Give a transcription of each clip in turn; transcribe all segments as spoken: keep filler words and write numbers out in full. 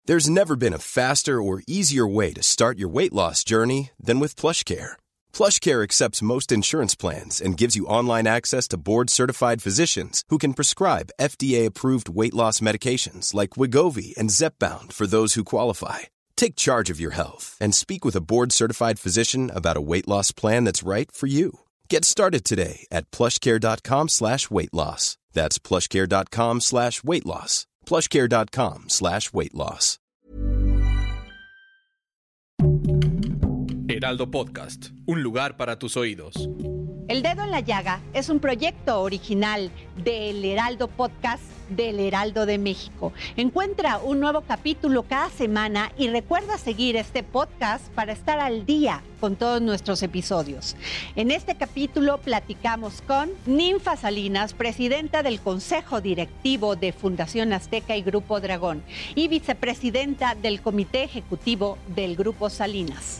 There's never been a faster or easier way to start your weight loss journey than with PlushCare. PlushCare accepts most insurance plans and gives you online access to board-certified physicians who can prescribe F D A-approved weight loss medications like Wegovy and Zepbound for those who qualify. Take charge of your health and speak with a board-certified physician about a weight loss plan that's right for you. Get started today at plushcare.com slash weight loss. That's plushcare.com slash weight loss. plushcare.com slash weight loss. Heraldo Podcast, un lugar para tus oídos. El Dedo en la Llaga es un proyecto original del Heraldo Podcast del Heraldo de México. Encuentra un nuevo capítulo cada semana y recuerda seguir este podcast para estar al día con todos nuestros episodios. En este capítulo platicamos con Ninfa Salinas, presidenta del Consejo Directivo de Fundación Azteca y Grupo Dragón y vicepresidenta del Comité Ejecutivo del Grupo Salinas.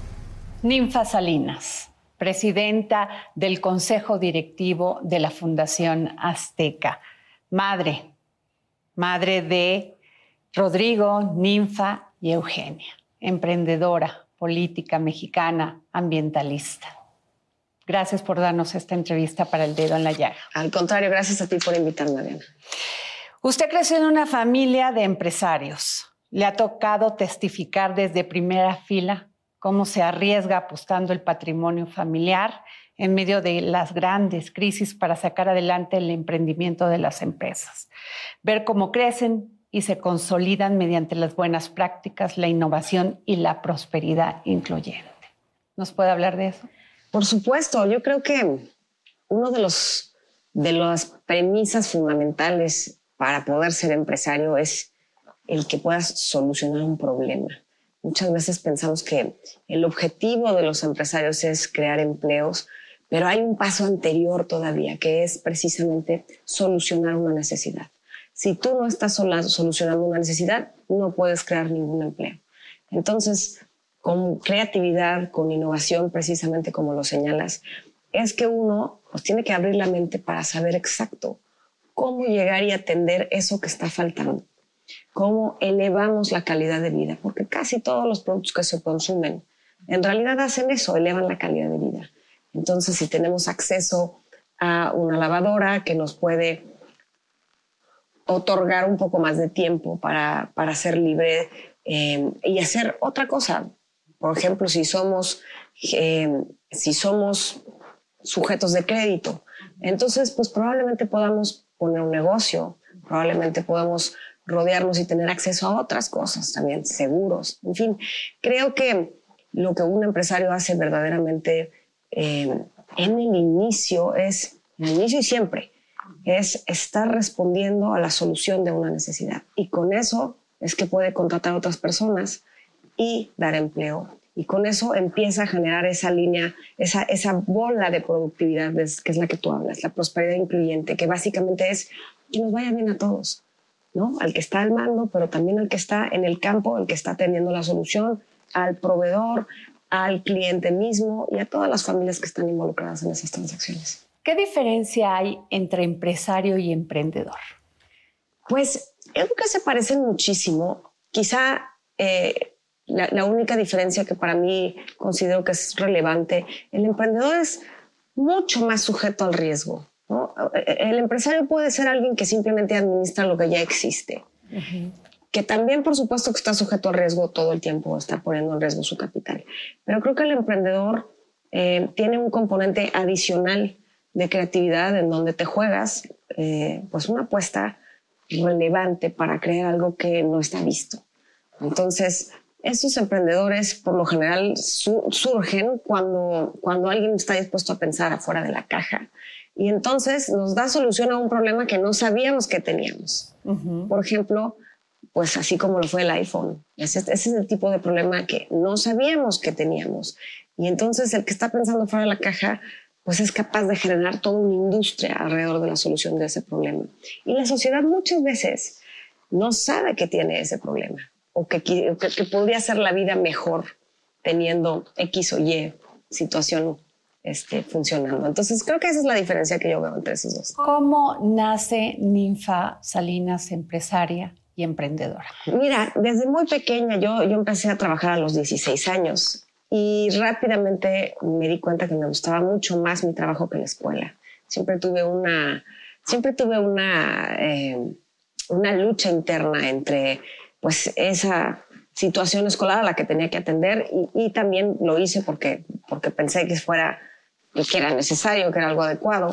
Ninfa Salinas, presidenta del Consejo Directivo de la Fundación Azteca. Madre, madre de Rodrigo, Ninfa y Eugenia, emprendedora, política mexicana, ambientalista. Gracias por darnos esta entrevista para El Dedo en la Llaga. Al contrario, gracias a ti por invitarme, Diana. Usted creció en una familia de empresarios. Le ha tocado testificar desde primera fila cómo se arriesga apostando el patrimonio familiar en medio de las grandes crisis para sacar adelante el emprendimiento de las empresas. Ver cómo crecen y se consolidan mediante las buenas prácticas, la innovación y la prosperidad incluyente. ¿Nos puede hablar de eso? Por supuesto, yo creo que uno de los de las premisas fundamentales para poder ser empresario es el que puedas solucionar un problema. Muchas veces pensamos que el objetivo de los empresarios es crear empleos, pero hay un paso anterior todavía, que es precisamente solucionar una necesidad. Si tú no estás solucionando una necesidad, no puedes crear ningún empleo. Entonces, con creatividad, con innovación, precisamente como lo señalas, es que uno pues, tiene que abrir la mente para saber exacto cómo llegar y atender eso que está faltando. Cómo elevamos la calidad de vida, porque casi todos los productos que se consumen en realidad hacen eso, elevan la calidad de vida. Entonces, si tenemos acceso a una lavadora que nos puede otorgar un poco más de tiempo para, para ser libre eh, y hacer otra cosa. Por ejemplo, si somos, eh, si somos sujetos de crédito, entonces pues probablemente podamos poner un negocio, probablemente podamos rodearnos y tener acceso a otras cosas también, seguros. En fin, creo que lo que un empresario hace verdaderamente eh, en el inicio es, en el inicio y siempre, es estar respondiendo a la solución de una necesidad. Y con eso es que puede contratar a otras personas y dar empleo. Y con eso empieza a generar esa línea, esa, esa bola de productividad que es la que tú hablas, la prosperidad incluyente, que básicamente es que nos vaya bien a todos, ¿no? Al que está al mando, pero también al que está en el campo, al que está teniendo la solución, al proveedor, al cliente mismo y a todas las familias que están involucradas en esas transacciones. ¿Qué diferencia hay entre empresario y emprendedor? Pues yo creo que se parecen muchísimo. Quizá eh, la, la única diferencia que para mí considero que es relevante, el emprendedor es mucho más sujeto al riesgo, ¿no? El empresario puede ser alguien que simplemente administra lo que ya existe, uh-huh. que también por supuesto que está sujeto al riesgo todo el tiempo, está poniendo en riesgo su capital. Pero creo que el emprendedor eh, tiene un componente adicional de creatividad en donde te juegas eh, pues una apuesta relevante para crear algo que no está visto. Entonces, estos emprendedores por lo general su- surgen cuando, cuando alguien está dispuesto a pensar afuera de la caja y entonces nos da solución a un problema que no sabíamos que teníamos. Uh-huh. Por ejemplo, pues así como lo fue el iPhone. Ese, ese es el tipo de problema que no sabíamos que teníamos. Y entonces el que está pensando fuera de la caja pues es capaz de generar toda una industria alrededor de la solución de ese problema. Y la sociedad muchas veces no sabe que tiene ese problema o que, que, que podría hacer la vida mejor teniendo X o Y situación este, funcionando. Entonces creo que esa es la diferencia que yo veo entre esos dos. ¿Cómo nace Ninfa Salinas empresaria y emprendedora? Mira, desde muy pequeña yo, yo empecé a trabajar a los dieciséis años y rápidamente me di cuenta que me gustaba mucho más mi trabajo que la escuela. Siempre tuve una, siempre tuve una, eh, una lucha interna entre pues, esa situación escolar a la que tenía que atender y, y también lo hice porque, porque pensé que fuera, que era necesario, que era algo adecuado.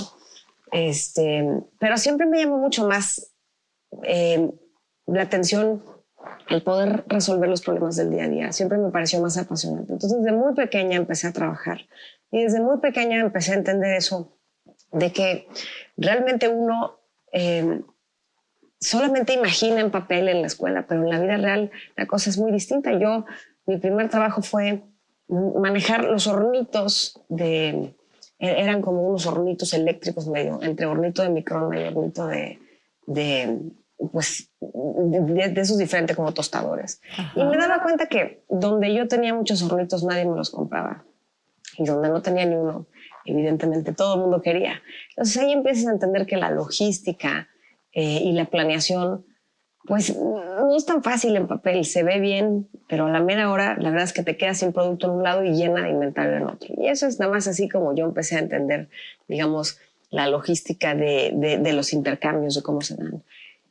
Este, pero siempre me llamó mucho más eh, la atención el poder resolver los problemas del día a día. Siempre me pareció más apasionante. Entonces, desde muy pequeña empecé a trabajar y desde muy pequeña empecé a entender eso, de que realmente uno eh, solamente imagina en papel en la escuela, pero en la vida real la cosa es muy distinta. Yo, mi primer trabajo fue manejar los hornitos de... Eran como unos hornitos eléctricos medio, entre hornito de microondas y hornito de, de, pues, de, de esos diferentes como tostadores. Ajá. Y me daba cuenta que donde yo tenía muchos hornitos nadie me los compraba. Y donde no tenía ni uno, evidentemente todo el mundo quería. Entonces ahí empiezas a entender que la logística eh, y la planeación pues no es tan fácil en papel, se ve bien, pero a la mera hora la verdad es que te quedas sin producto en un lado y llena de inventario en otro. Y eso es nada más así como yo empecé a entender, digamos, la logística de, de, de los intercambios, de cómo se dan.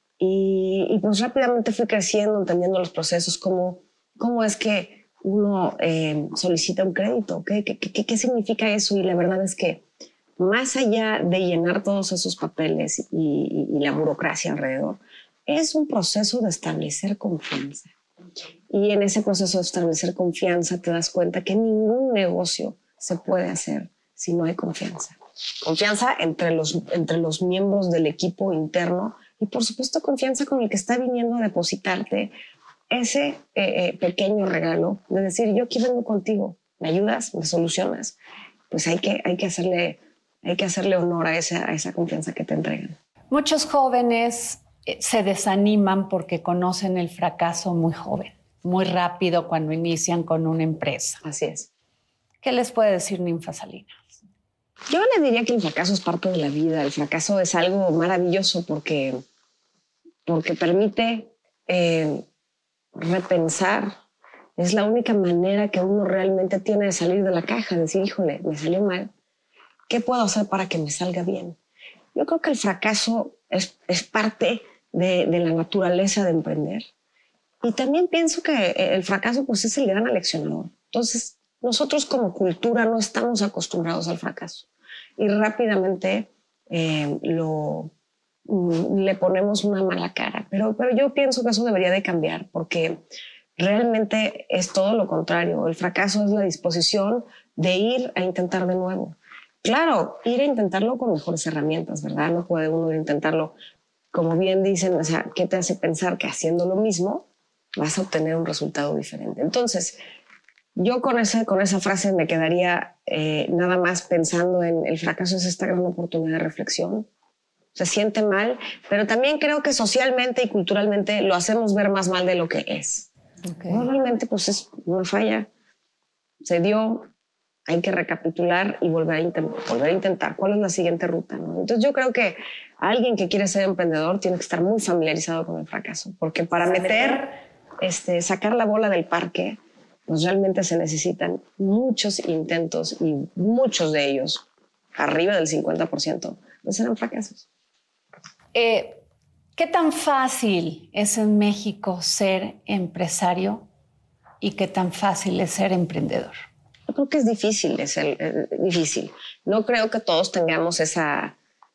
Y, y pues rápidamente fui creciendo, entendiendo los procesos, cómo, cómo es que uno eh, solicita un crédito, ¿qué, qué, qué, qué significa eso? Y la verdad es que más allá de llenar todos esos papeles y, y, y la burocracia alrededor, es un proceso de establecer confianza. Y en ese proceso de establecer confianza te das cuenta que ningún negocio se puede hacer si no hay confianza. Confianza entre los, entre los miembros del equipo interno y, por supuesto, confianza con el que está viniendo a depositarte ese eh, eh, pequeño regalo de decir, yo aquí vengo contigo, me ayudas, me solucionas. Pues hay que, hay que, hacerle, hay que hacerle honor a esa, a esa confianza que te entregan. Muchos jóvenes se desaniman porque conocen el fracaso muy joven, muy rápido cuando inician con una empresa. Así es. ¿Qué les puede decir Ninfa Salinas? Yo les diría que el fracaso es parte de la vida. El fracaso es algo maravilloso porque, porque permite eh, repensar. Es la única manera que uno realmente tiene de salir de la caja, decir, híjole, me salió mal. ¿Qué puedo hacer para que me salga bien? Yo creo que el fracaso es, es parte De, de la naturaleza de emprender. Y también pienso que el fracaso pues, es el gran aleccionador. Entonces, nosotros como cultura no estamos acostumbrados al fracaso. Y rápidamente eh, lo, le ponemos una mala cara. Pero, pero yo pienso que eso debería de cambiar, porque realmente es todo lo contrario. El fracaso es la disposición de ir a intentar de nuevo. Claro, ir a intentarlo con mejores herramientas, ¿verdad? No puede uno ir a intentarlo. Como bien dicen, o sea, ¿qué te hace pensar que haciendo lo mismo vas a obtener un resultado diferente? Entonces, yo con, ese, con esa frase me quedaría eh, nada más pensando en el fracaso es esta gran oportunidad de reflexión. Se siente mal, pero también creo que socialmente y culturalmente lo hacemos ver más mal de lo que es. Okay. No, realmente pues es una falla. Se dio, hay que recapitular y volver a, intent- volver a intentar. ¿Cuál es la siguiente ruta? ¿No? Entonces yo creo que alguien que quiere ser emprendedor tiene que estar muy familiarizado con el fracaso, porque para meter, este, sacar la bola del parque, pues realmente se necesitan muchos intentos y muchos de ellos, arriba del cincuenta por ciento, pues serán fracasos. Eh, ¿Qué tan fácil es en México ser empresario y qué tan fácil es ser emprendedor? Yo creo que es difícil, es el, eh, difícil. No creo que todos tengamos esa...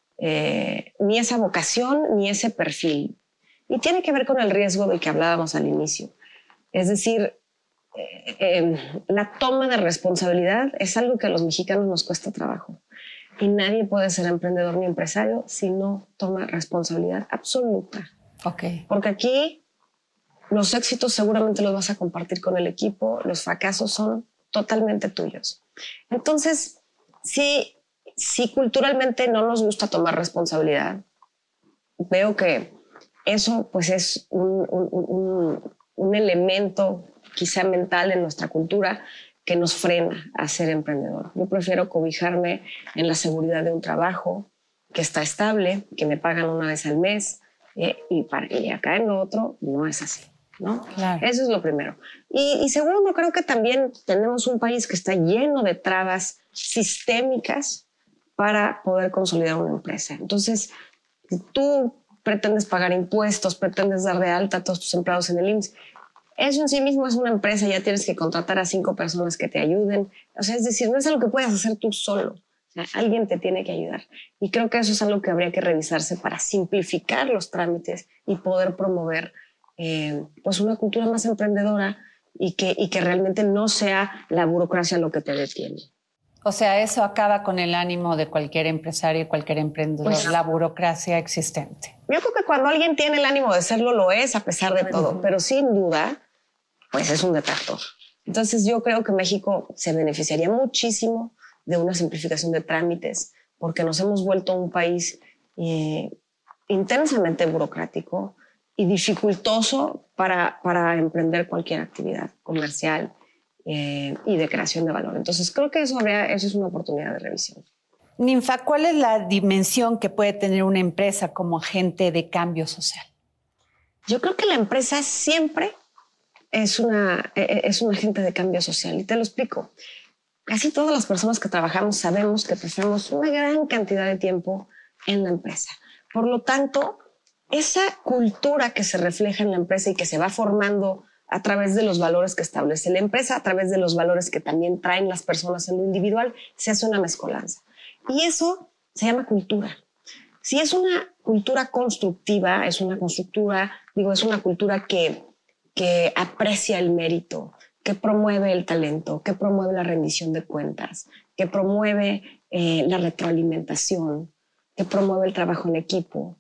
Eh, ni esa vocación ni ese perfil, y tiene que ver con el riesgo del que hablábamos al inicio. Es decir, eh, eh, la toma de responsabilidad es algo que a los mexicanos nos cuesta trabajo y nadie puede ser emprendedor ni empresario si no toma responsabilidad absoluta. Okay. Porque aquí los éxitos seguramente los vas a compartir con el equipo, los fracasos son totalmente tuyos. Entonces, sí. Si culturalmente no nos gusta tomar responsabilidad, veo que eso pues es un, un, un, un elemento quizá mental en nuestra cultura que nos frena a ser emprendedor. Yo prefiero cobijarme en la seguridad de un trabajo que está estable, que me pagan una vez al mes, Eh, y, para, y acá en lo otro no es así, ¿no? Claro. Eso es lo primero. Y, y segundo, creo que también tenemos un país que está lleno de trabas sistémicas para poder consolidar una empresa. Entonces, si tú pretendes pagar impuestos, pretendes dar de alta a todos tus empleados en el I M S S, eso en sí mismo es una empresa, ya tienes que contratar a cinco personas que te ayuden. O sea, es decir, no es algo que puedas hacer tú solo. O sea, alguien te tiene que ayudar. Y creo que eso es algo que habría que revisarse para simplificar los trámites y poder promover eh, pues una cultura más emprendedora y que, y que realmente no sea la burocracia lo que te detiene. O sea, eso acaba con el ánimo de cualquier empresario y cualquier emprendedor, Pues, la burocracia existente. Yo creo que cuando alguien tiene el ánimo de serlo, lo es a pesar de todo, pero sin duda, pues es un detractor. Entonces yo creo que México se beneficiaría muchísimo de una simplificación de trámites, porque nos hemos vuelto un país eh, intensamente burocrático y dificultoso para, para emprender cualquier actividad comercial eh, y de creación de valor. Entonces creo que eso, habría, eso es una oportunidad de revisión. Ninfa, ¿cuál es la dimensión que puede tener una empresa como agente de cambio social? Yo creo que la empresa siempre es, una, es un agente de cambio social, y te lo explico. Casi todas las personas que trabajamos sabemos que pasamos una gran cantidad de tiempo en la empresa. Por lo tanto, esa cultura que se refleja en la empresa y que se va formando a través de los valores que establece la empresa, a través de los valores que también traen las personas en lo individual, se hace una mezcolanza. Y eso se llama cultura. Si es una cultura constructiva, es una constructura, digo, es una cultura que, que aprecia el mérito, que promueve el talento, que promueve la rendición de cuentas, que promueve eh, la retroalimentación, que promueve el trabajo en equipo.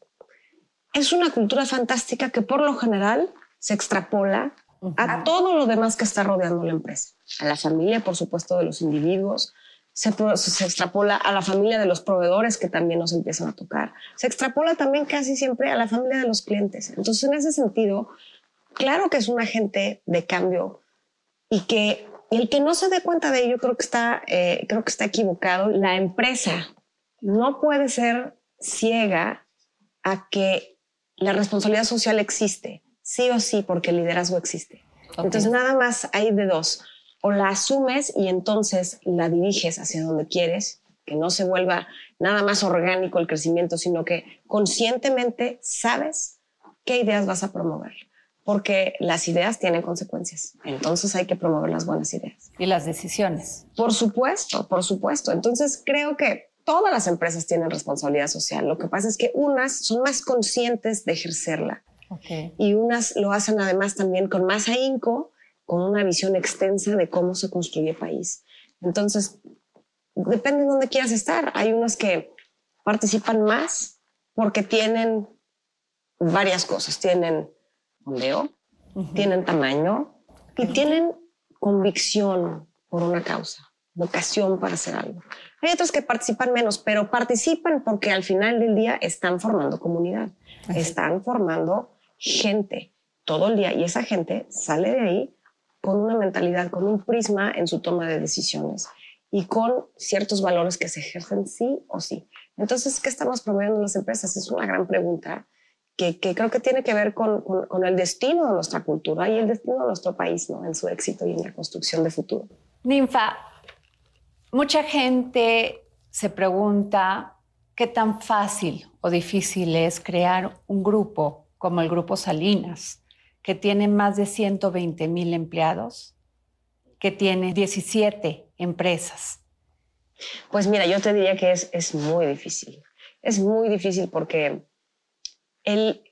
Es una cultura fantástica que por lo general se extrapola uh-huh. a todo lo demás que está rodeando la empresa. A la familia, por supuesto, de los individuos, se, se extrapola a la familia de los proveedores que también nos empiezan a tocar. Se extrapola también casi siempre a la familia de los clientes. Entonces, en ese sentido, claro que es un agente de cambio y que el que no se dé cuenta de ello creo que está, eh, creo que está equivocado. La empresa no puede ser ciega a que la responsabilidad social existe, sí o sí, porque el liderazgo existe. Okay. Entonces, nada más hay de dos. O la asumes y entonces la diriges hacia donde quieres, que no se vuelva nada más orgánico el crecimiento, sino que conscientemente sabes qué ideas vas a promover. Porque las ideas tienen consecuencias. Entonces hay que promover las buenas ideas. Y las decisiones. Por supuesto, por supuesto. Entonces creo que todas las empresas tienen responsabilidad social. Lo que pasa es que unas son más conscientes de ejercerla. Okay. Y unas lo hacen además también con más ahínco, con una visión extensa de cómo se construye país. Entonces, depende de dónde quieras estar. Hay unas que participan más porque tienen varias cosas. Tienen fondeo, uh-huh. tienen tamaño y tienen convicción por una causa, vocación para hacer algo. Hay otros que participan menos, pero participan porque al final del día están formando comunidad, uh-huh. están formando gente todo el día y esa gente sale de ahí con una mentalidad, con un prisma en su toma de decisiones y con ciertos valores que se ejercen sí o sí. Entonces, ¿qué estamos promoviendo en las empresas? Es una gran pregunta que, que creo que tiene que ver con, con, con el destino de nuestra cultura y el destino de nuestro país, ¿no? En su éxito y en la construcción de futuro. Ninfa, mucha gente se pregunta qué tan fácil o difícil es crear un grupo como el Grupo Salinas, que tiene más de ciento veinte mil empleados, que tiene diecisiete empresas. Pues mira, yo te diría que es, es muy difícil. Es muy difícil porque el,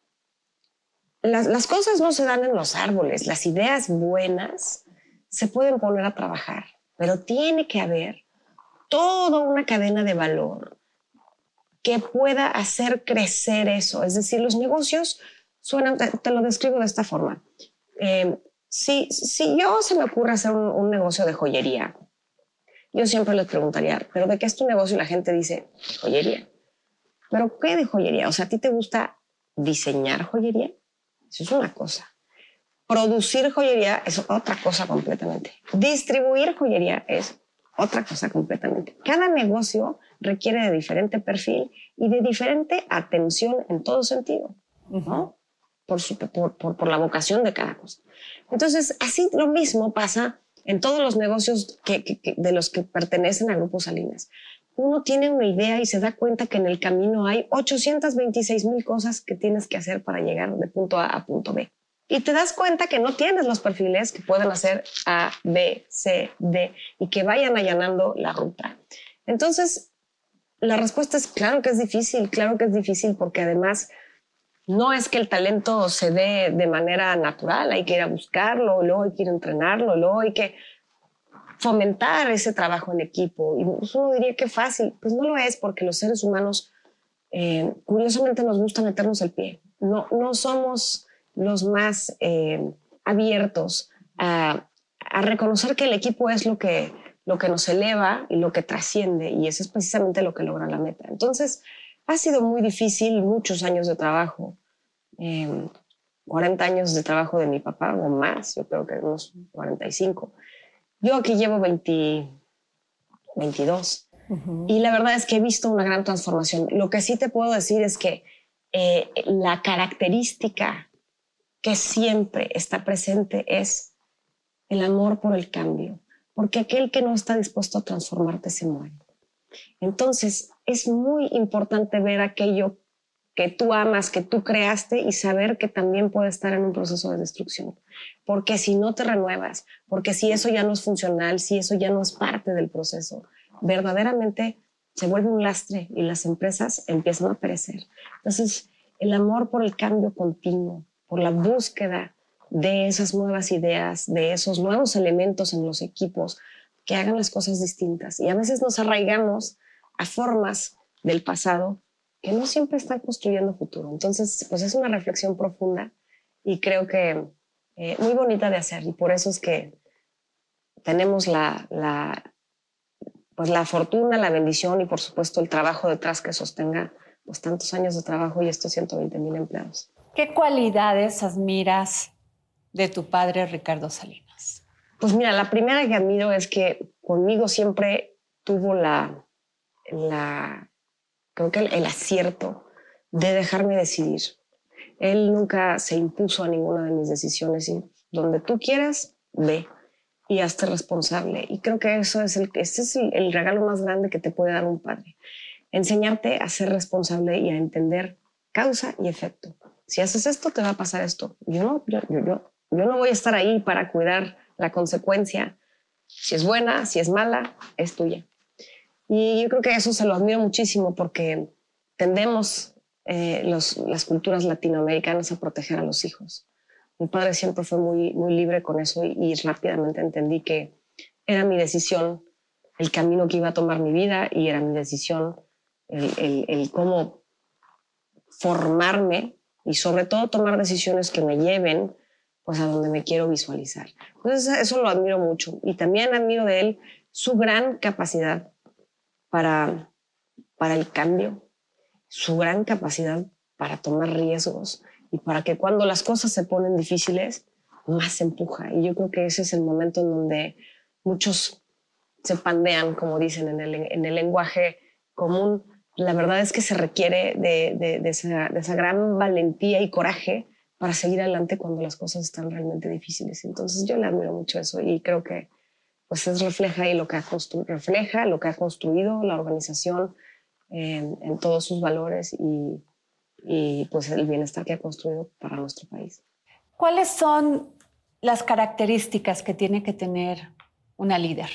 las, las cosas no se dan en los árboles. Las ideas buenas se pueden poner a trabajar, pero tiene que haber toda una cadena de valor que pueda hacer crecer eso. Es decir, los negocios suenan, te, te lo describo de esta forma. Eh, si, si yo se me ocurre hacer un, un negocio de joyería, yo siempre les preguntaría, ¿pero de qué es tu negocio? Y la gente dice, joyería. ¿Pero qué de joyería? O sea, ¿a ti te gusta diseñar joyería? Eso es una cosa. Producir joyería es otra cosa completamente. Distribuir joyería es otra cosa completamente. Cada negocio requiere de diferente perfil y de diferente atención en todo sentido. ¿no? Por, su, por, por, por la vocación de cada cosa. Entonces, así lo mismo pasa en todos los negocios que, que, que, de los que pertenecen a Grupo Salinas. Uno tiene una idea y se da cuenta que en el camino hay ochocientas veintiséis mil cosas que tienes que hacer para llegar de punto A a punto B. Y te das cuenta que no tienes los perfiles que pueden hacer A, B, C, D y que vayan allanando la ruta. Entonces, la respuesta es claro que es difícil, claro que es difícil porque además no es que el talento se dé de manera natural, hay que ir a buscarlo, luego hay que ir a entrenarlo, luego hay que fomentar ese trabajo en equipo. Y uno diría que fácil, pues no lo es porque los seres humanos eh, curiosamente nos gusta meternos el pie. No, no somos los más eh, abiertos a, a reconocer que el equipo es lo que, lo que nos eleva y lo que trasciende, y eso es precisamente lo que logra la meta. Entonces, ha sido muy difícil, muchos años de trabajo, eh, cuarenta años de trabajo de mi papá o más, yo creo que unos cuarenta y cinco. Yo aquí llevo veinte, veintidós uh-huh. Y la verdad es que he visto una gran transformación. Lo que sí te puedo decir es que eh, la característica que siempre está presente es el amor por el cambio, porque aquel que no está dispuesto a transformarte se muere. Entonces, es muy importante ver aquello que tú amas, que tú creaste y saber que también puede estar en un proceso de destrucción. Porque si no te renuevas, porque si eso ya no es funcional, si eso ya no es parte del proceso, verdaderamente se vuelve un lastre y las empresas empiezan a perecer. Entonces, el amor por el cambio continuo, por la búsqueda de esas nuevas ideas, de esos nuevos elementos en los equipos que hagan las cosas distintas. Y a veces nos arraigamos a formas del pasado que no siempre están construyendo futuro. Entonces, pues es una reflexión profunda y creo que eh, muy bonita de hacer. Y por eso es que tenemos la, la, pues la fortuna, la bendición y por supuesto el trabajo detrás que sostenga pues tantos años de trabajo y estos ciento veinte mil empleados. ¿Qué cualidades admiras de tu padre Ricardo Salinas? Pues mira, la primera que admiro es que conmigo siempre tuvo la, la creo que el, el acierto de dejarme decidir. Él nunca se impuso a ninguna de mis decisiones y donde tú quieras, ve y hazte responsable. Y creo que eso es el, ese es el, el regalo más grande que te puede dar un padre. Enseñarte a ser responsable y a entender causa y efecto. Si haces esto, te va a pasar esto. Yo no, yo, yo, yo, yo no voy a estar ahí para cuidar la consecuencia. Si es buena, si es mala, es tuya. Y yo creo que eso se lo admiro muchísimo porque tendemos eh, los, las culturas latinoamericanas a proteger a los hijos. Mi padre siempre fue muy, muy libre con eso y, y rápidamente entendí que era mi decisión el camino que iba a tomar mi vida y era mi decisión el, el, el cómo formarme y sobre todo tomar decisiones que me lleven pues, a donde me quiero visualizar. Entonces eso lo admiro mucho y también admiro de él su gran capacidad para, para el cambio, su gran capacidad para tomar riesgos y para que cuando las cosas se ponen difíciles, más se empuja. Y yo creo que ese es el momento en donde muchos se pandean, como dicen en el, en el lenguaje común. La verdad es que se requiere de, de, de, esa, de esa gran valentía y coraje para seguir adelante cuando las cosas están realmente difíciles. Entonces yo le admiro mucho eso y creo que pues es refleja ahí lo que ha construido, refleja lo que ha construido la organización en, en todos sus valores y, y pues el bienestar que ha construido para nuestro país. ¿Cuáles son las características que tiene que tener una líder?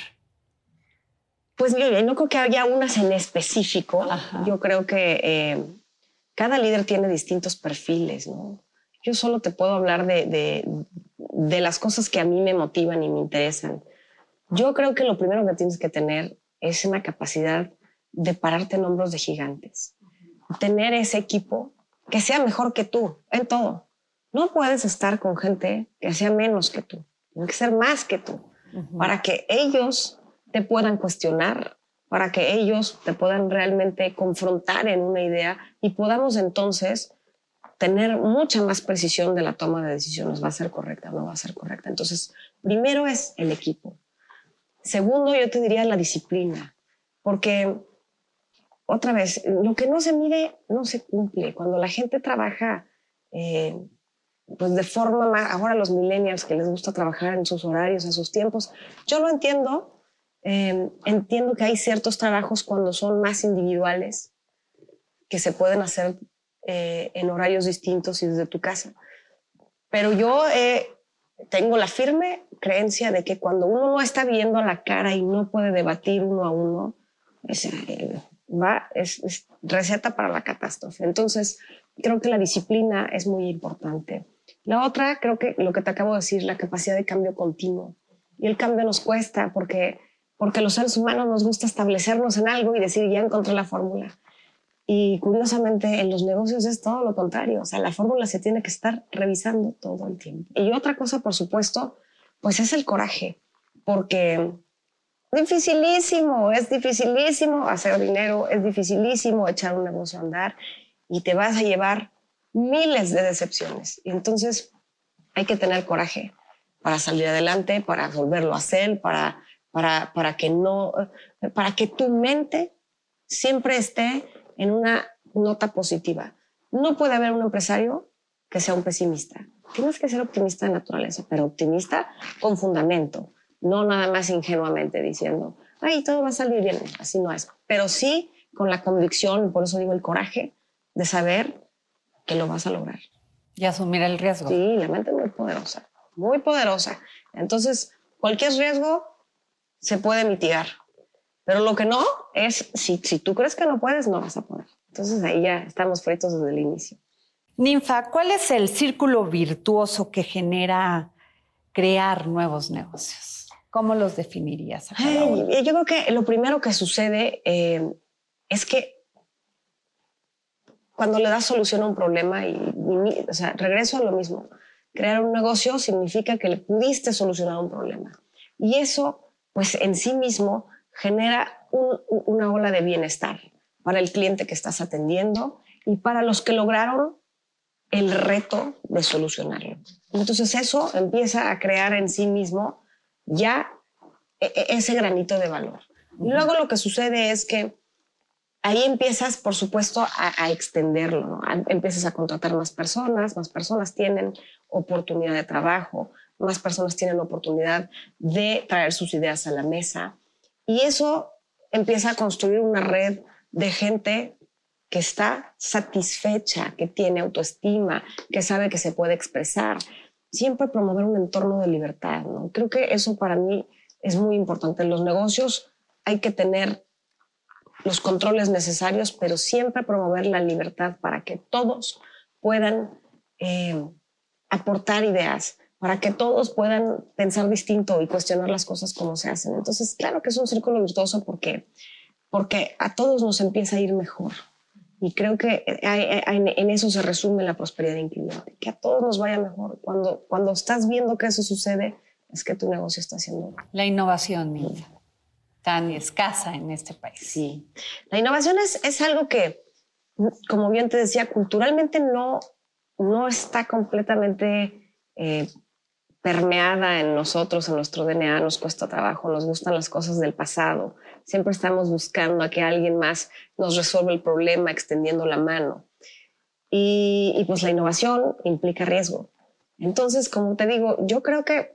Pues yo no creo que haya unas en específico. Ajá. Yo creo que eh, cada líder tiene distintos perfiles, ¿no? Yo solo te puedo hablar de, de, de las cosas que a mí me motivan y me interesan. Yo creo que lo primero que tienes que tener es una capacidad de pararte en hombros de gigantes. Tener ese equipo que sea mejor que tú en todo. No puedes estar con gente que sea menos que tú. Tiene que ser más que tú. Uh-huh. Para que ellos te puedan cuestionar, para que ellos te puedan realmente confrontar en una idea y podamos entonces tener mucha más precisión de la toma de decisiones. ¿Va a ser correcta o no va a ser correcta? Entonces, primero es el equipo. Segundo, yo te diría la disciplina, porque otra vez, lo que no se mide no se cumple. Cuando la gente trabaja eh, pues de forma más, ahora los millennials que les gusta trabajar en sus horarios, en sus tiempos, yo lo entiendo, eh, entiendo que hay ciertos trabajos cuando son más individuales que se pueden hacer eh, en horarios distintos y desde tu casa, pero yo eh, tengo la firme creencia de que cuando uno no está viendo a la cara y no puede debatir uno a uno, es, eh, va, es, es receta para la catástrofe. Entonces creo que la disciplina es muy importante. La otra, creo que lo que te acabo de decir, la capacidad de cambio continuo. Y el cambio nos cuesta porque, porque los seres humanos nos gusta establecernos en algo y decir, ya encontré la fórmula. Y curiosamente en los negocios es todo lo contrario. O sea, la fórmula se tiene que estar revisando todo el tiempo. Y otra cosa, por supuesto, pues es el coraje. Porque es dificilísimo, es dificilísimo hacer dinero, es dificilísimo echar un negocio a andar y te vas a llevar miles de decepciones. Y entonces hay que tener coraje para salir adelante, para volverlo a hacer, para, para, para, que, no, para que tu mente siempre esté en una nota positiva. No puede haber un empresario que sea un pesimista. Tienes que ser optimista de naturaleza, pero optimista con fundamento, no nada más ingenuamente diciendo, ay, todo va a salir bien. Así no es. Pero sí con la convicción, por eso digo el coraje, de saber que lo vas a lograr. Y asumir el riesgo. Sí, la mente es muy poderosa, muy poderosa. Entonces, cualquier riesgo se puede mitigar. Pero lo que no es, si, si tú crees que no puedes, no vas a poder. Entonces ahí ya estamos fritos desde el inicio. Ninfa, ¿cuál es el círculo virtuoso que genera crear nuevos negocios? ¿Cómo los definirías? Ay, yo creo que lo primero que sucede eh, es que cuando le das solución a un problema, y, y, o sea, regreso a lo mismo, crear un negocio significa que le pudiste solucionar un problema. Y eso, pues en sí mismo, genera un, una ola de bienestar para el cliente que estás atendiendo y para los que lograron el reto de solucionarlo. Entonces eso empieza a crear en sí mismo ya ese granito de valor. Y luego lo que sucede es que ahí empiezas, por supuesto, a, a extenderlo, ¿no? Empiezas a contratar más personas, más personas tienen oportunidad de trabajo, más personas tienen oportunidad de traer sus ideas a la mesa. Y eso empieza a construir una red de gente que está satisfecha, que tiene autoestima, que sabe que se puede expresar. Siempre promover un entorno de libertad, ¿no? Creo que eso para mí es muy importante. En los negocios hay que tener los controles necesarios, pero siempre promover la libertad para que todos puedan eh, aportar ideas, para que todos puedan pensar distinto y cuestionar las cosas como se hacen. Entonces, claro que es un círculo virtuoso porque, porque a todos nos empieza a ir mejor. Y creo que hay, hay, en eso se resume la prosperidad incluyente, que a todos nos vaya mejor. Cuando, cuando estás viendo que eso sucede, es que tu negocio está haciendo bien. La innovación, Ninfa, tan escasa en este país. Sí, la innovación es, es algo que, como bien te decía, culturalmente no, no está completamente eh, permeada en nosotros, en nuestro D N A, nos cuesta trabajo, nos gustan las cosas del pasado. Siempre estamos buscando a que alguien más nos resuelva el problema, extendiendo la mano. Y, y pues la innovación implica riesgo. Entonces, como te digo, yo creo que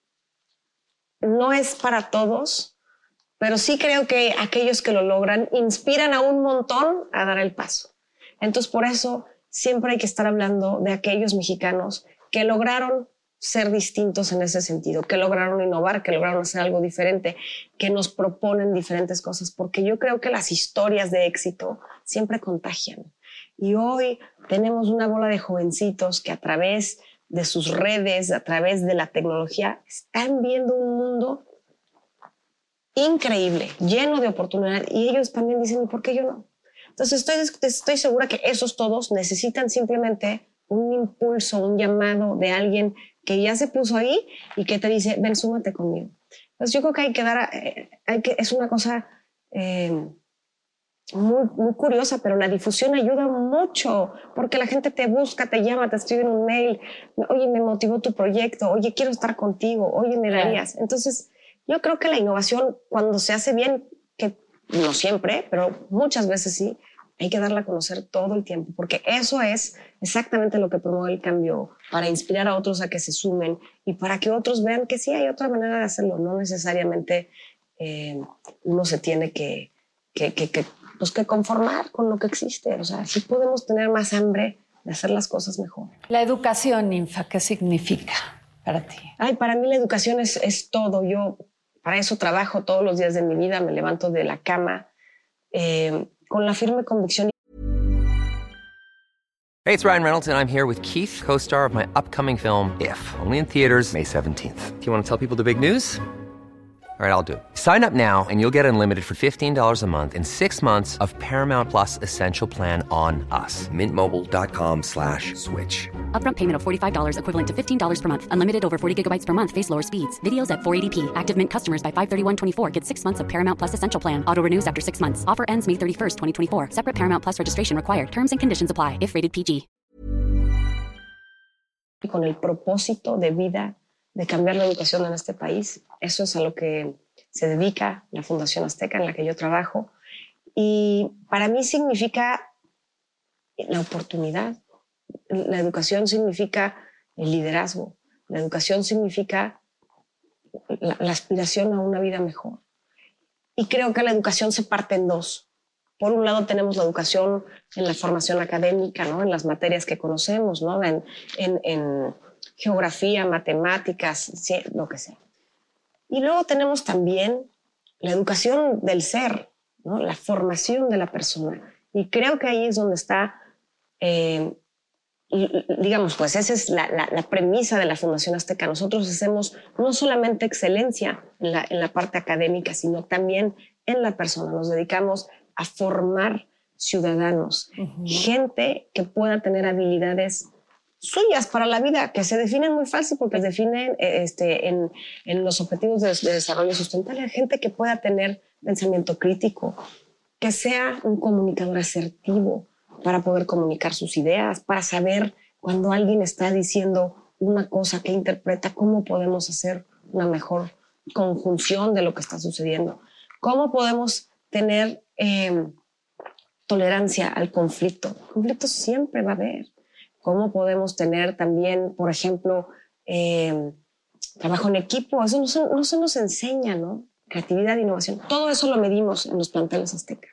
no es para todos, pero sí creo que aquellos que lo logran inspiran a un montón a dar el paso. Entonces, por eso siempre hay que estar hablando de aquellos mexicanos que lograron ser distintos en ese sentido, que lograron innovar, que lograron hacer algo diferente, que nos proponen diferentes cosas, porque yo creo que las historias de éxito siempre contagian. Y hoy tenemos una bola de jovencitos que a través de sus redes, a través de la tecnología, están viendo un mundo increíble, lleno de oportunidad, y ellos también dicen, ¿por qué yo no? Entonces estoy, estoy segura que esos todos necesitan simplemente un impulso, un llamado de alguien que ya se puso ahí y que te dice, ven, súmate conmigo. Entonces yo creo que hay que dar, eh, hay que, es una cosa eh, muy, muy curiosa, pero la difusión ayuda mucho, porque la gente te busca, te llama, te escribe un mail, oye, me motivó tu proyecto, oye, quiero estar contigo, oye, me darías. Entonces yo creo que la innovación, cuando se hace bien, que no siempre, pero muchas veces sí, hay que darla a conocer todo el tiempo, porque eso es exactamente lo que promueve el cambio, para inspirar a otros a que se sumen y para que otros vean que sí hay otra manera de hacerlo. No necesariamente eh, uno se tiene que, que, que, que, pues que conformar con lo que existe. O sea, sí podemos tener más hambre de hacer las cosas mejor. La educación, Ninfa, ¿qué significa para ti? Ay, para mí la educación es, es todo. Yo para eso trabajo todos los días de mi vida, me levanto de la cama eh, con la firme convicción. Hey, it's Ryan Reynolds, and I'm here with Keith, co-star of my upcoming film, If, only in theaters May seventeenth. Do you want to tell people the big news? All right, I'll do it. Sign up now and you'll get unlimited for fifteen dollars a month and six months of Paramount Plus Essential Plan on us. Mint Mobile dot com slash switch. Upfront payment of forty-five dollars equivalent to fifteen dollars per month. Unlimited over forty gigabytes per month. Face lower speeds. Videos at four eighty p. Active Mint customers by five thirty-one twenty-four get six months of Paramount Plus Essential Plan. Auto renews after six months. Offer ends May thirty-first, twenty twenty-four. Separate Paramount Plus registration required. Terms and conditions apply if rated P G. Con el propósito de vida de cambiar la educación en este país. Eso es a lo que se dedica la Fundación Azteca, en la que yo trabajo. Y para mí significa la oportunidad. La educación significa el liderazgo. La educación significa la, la aspiración a una vida mejor. Y creo que la educación se parte en dos. Por un lado tenemos la educación en la formación académica, ¿no? En las materias que conocemos, ¿no? En, en, en geografía, matemáticas, sí, lo que sea. Y luego tenemos también la educación del ser, ¿no? La formación de la persona. Y creo que ahí es donde está, eh, digamos, pues esa es la, la, la premisa de la Fundación Azteca. Nosotros hacemos no solamente excelencia en la, en la parte académica, sino también en la persona. Nos dedicamos a formar ciudadanos, uh-huh. Gente que pueda tener habilidades suyas para la vida, que se definen muy fácil porque se definen este, en, en los objetivos de, de desarrollo sustentable. Gente que pueda tener pensamiento crítico, que sea un comunicador asertivo para poder comunicar sus ideas, para saber cuando alguien está diciendo una cosa que interpreta, cómo podemos hacer una mejor conjunción de lo que está sucediendo. Cómo podemos tener eh, tolerancia al conflicto. Conflicto siempre va a haber. Cómo podemos tener también, por ejemplo, eh, trabajo en equipo. Eso no se, no se nos enseña, ¿no? Creatividad e innovación. Todo eso lo medimos en los planteles aztecas.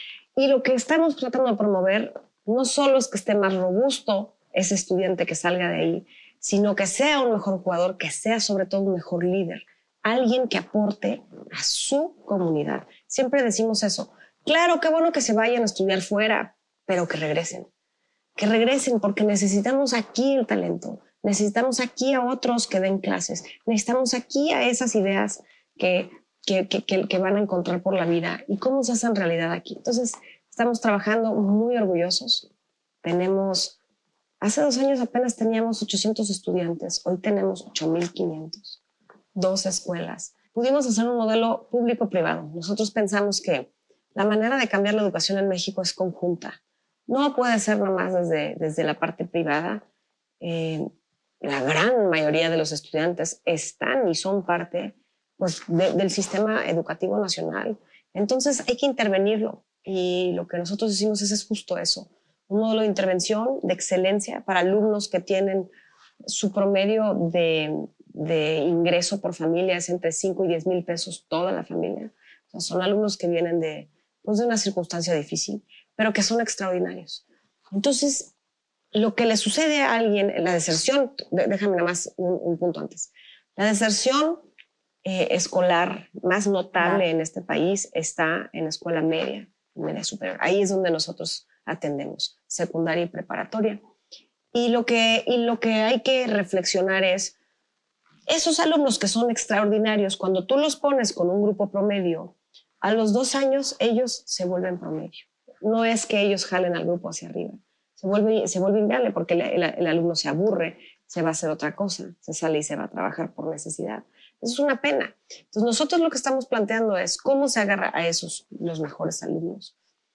Y lo que estamos tratando de promover no solo es que esté más robusto ese estudiante que salga de ahí, sino que sea un mejor jugador, que sea sobre todo un mejor líder. Alguien que aporte a su comunidad. Siempre decimos eso. Claro, qué bueno que se vayan a estudiar fuera, pero que regresen. Que regresen porque necesitamos aquí el talento. Necesitamos aquí a otros que den clases. Necesitamos aquí a esas ideas que, que, que, que, que van a encontrar por la vida. ¿Y cómo se hacen realidad aquí? Entonces, estamos trabajando muy orgullosos. Tenemos, hace dos años apenas teníamos ochocientos estudiantes. Hoy tenemos ocho mil quinientos. Dos escuelas. Pudimos hacer un modelo público-privado. Nosotros pensamos que la manera de cambiar la educación en México es conjunta. No puede ser nomás desde, desde la parte privada. Eh, la gran mayoría de los estudiantes están y son parte pues, de, del sistema educativo nacional. Entonces hay que intervenirlo. Y lo que nosotros hicimos es, es justo eso. Un modelo de intervención de excelencia para alumnos que tienen su promedio de, de ingreso por familia es entre cinco y diez mil pesos toda la familia. O sea, son alumnos que vienen de, pues, de una circunstancia difícil, pero que son extraordinarios. Entonces, lo que le sucede a alguien, la deserción, déjame nada más un, un punto antes. La deserción eh, escolar más notable en este país está en escuela media, media superior. Ahí es donde nosotros atendemos, secundaria y preparatoria. Y lo que, y lo que hay que reflexionar es, esos alumnos que son extraordinarios, cuando tú los pones con un grupo promedio, a los dos años ellos se vuelven promedio. No es que ellos jalen al grupo hacia arriba. Se vuelve, se vuelve inviable porque el, el, el alumno se aburre, se va a hacer otra cosa, se sale y se va a trabajar por necesidad. Eso es una pena. Entonces nosotros lo que estamos planteando es cómo se agarra a esos, los mejores alumnos.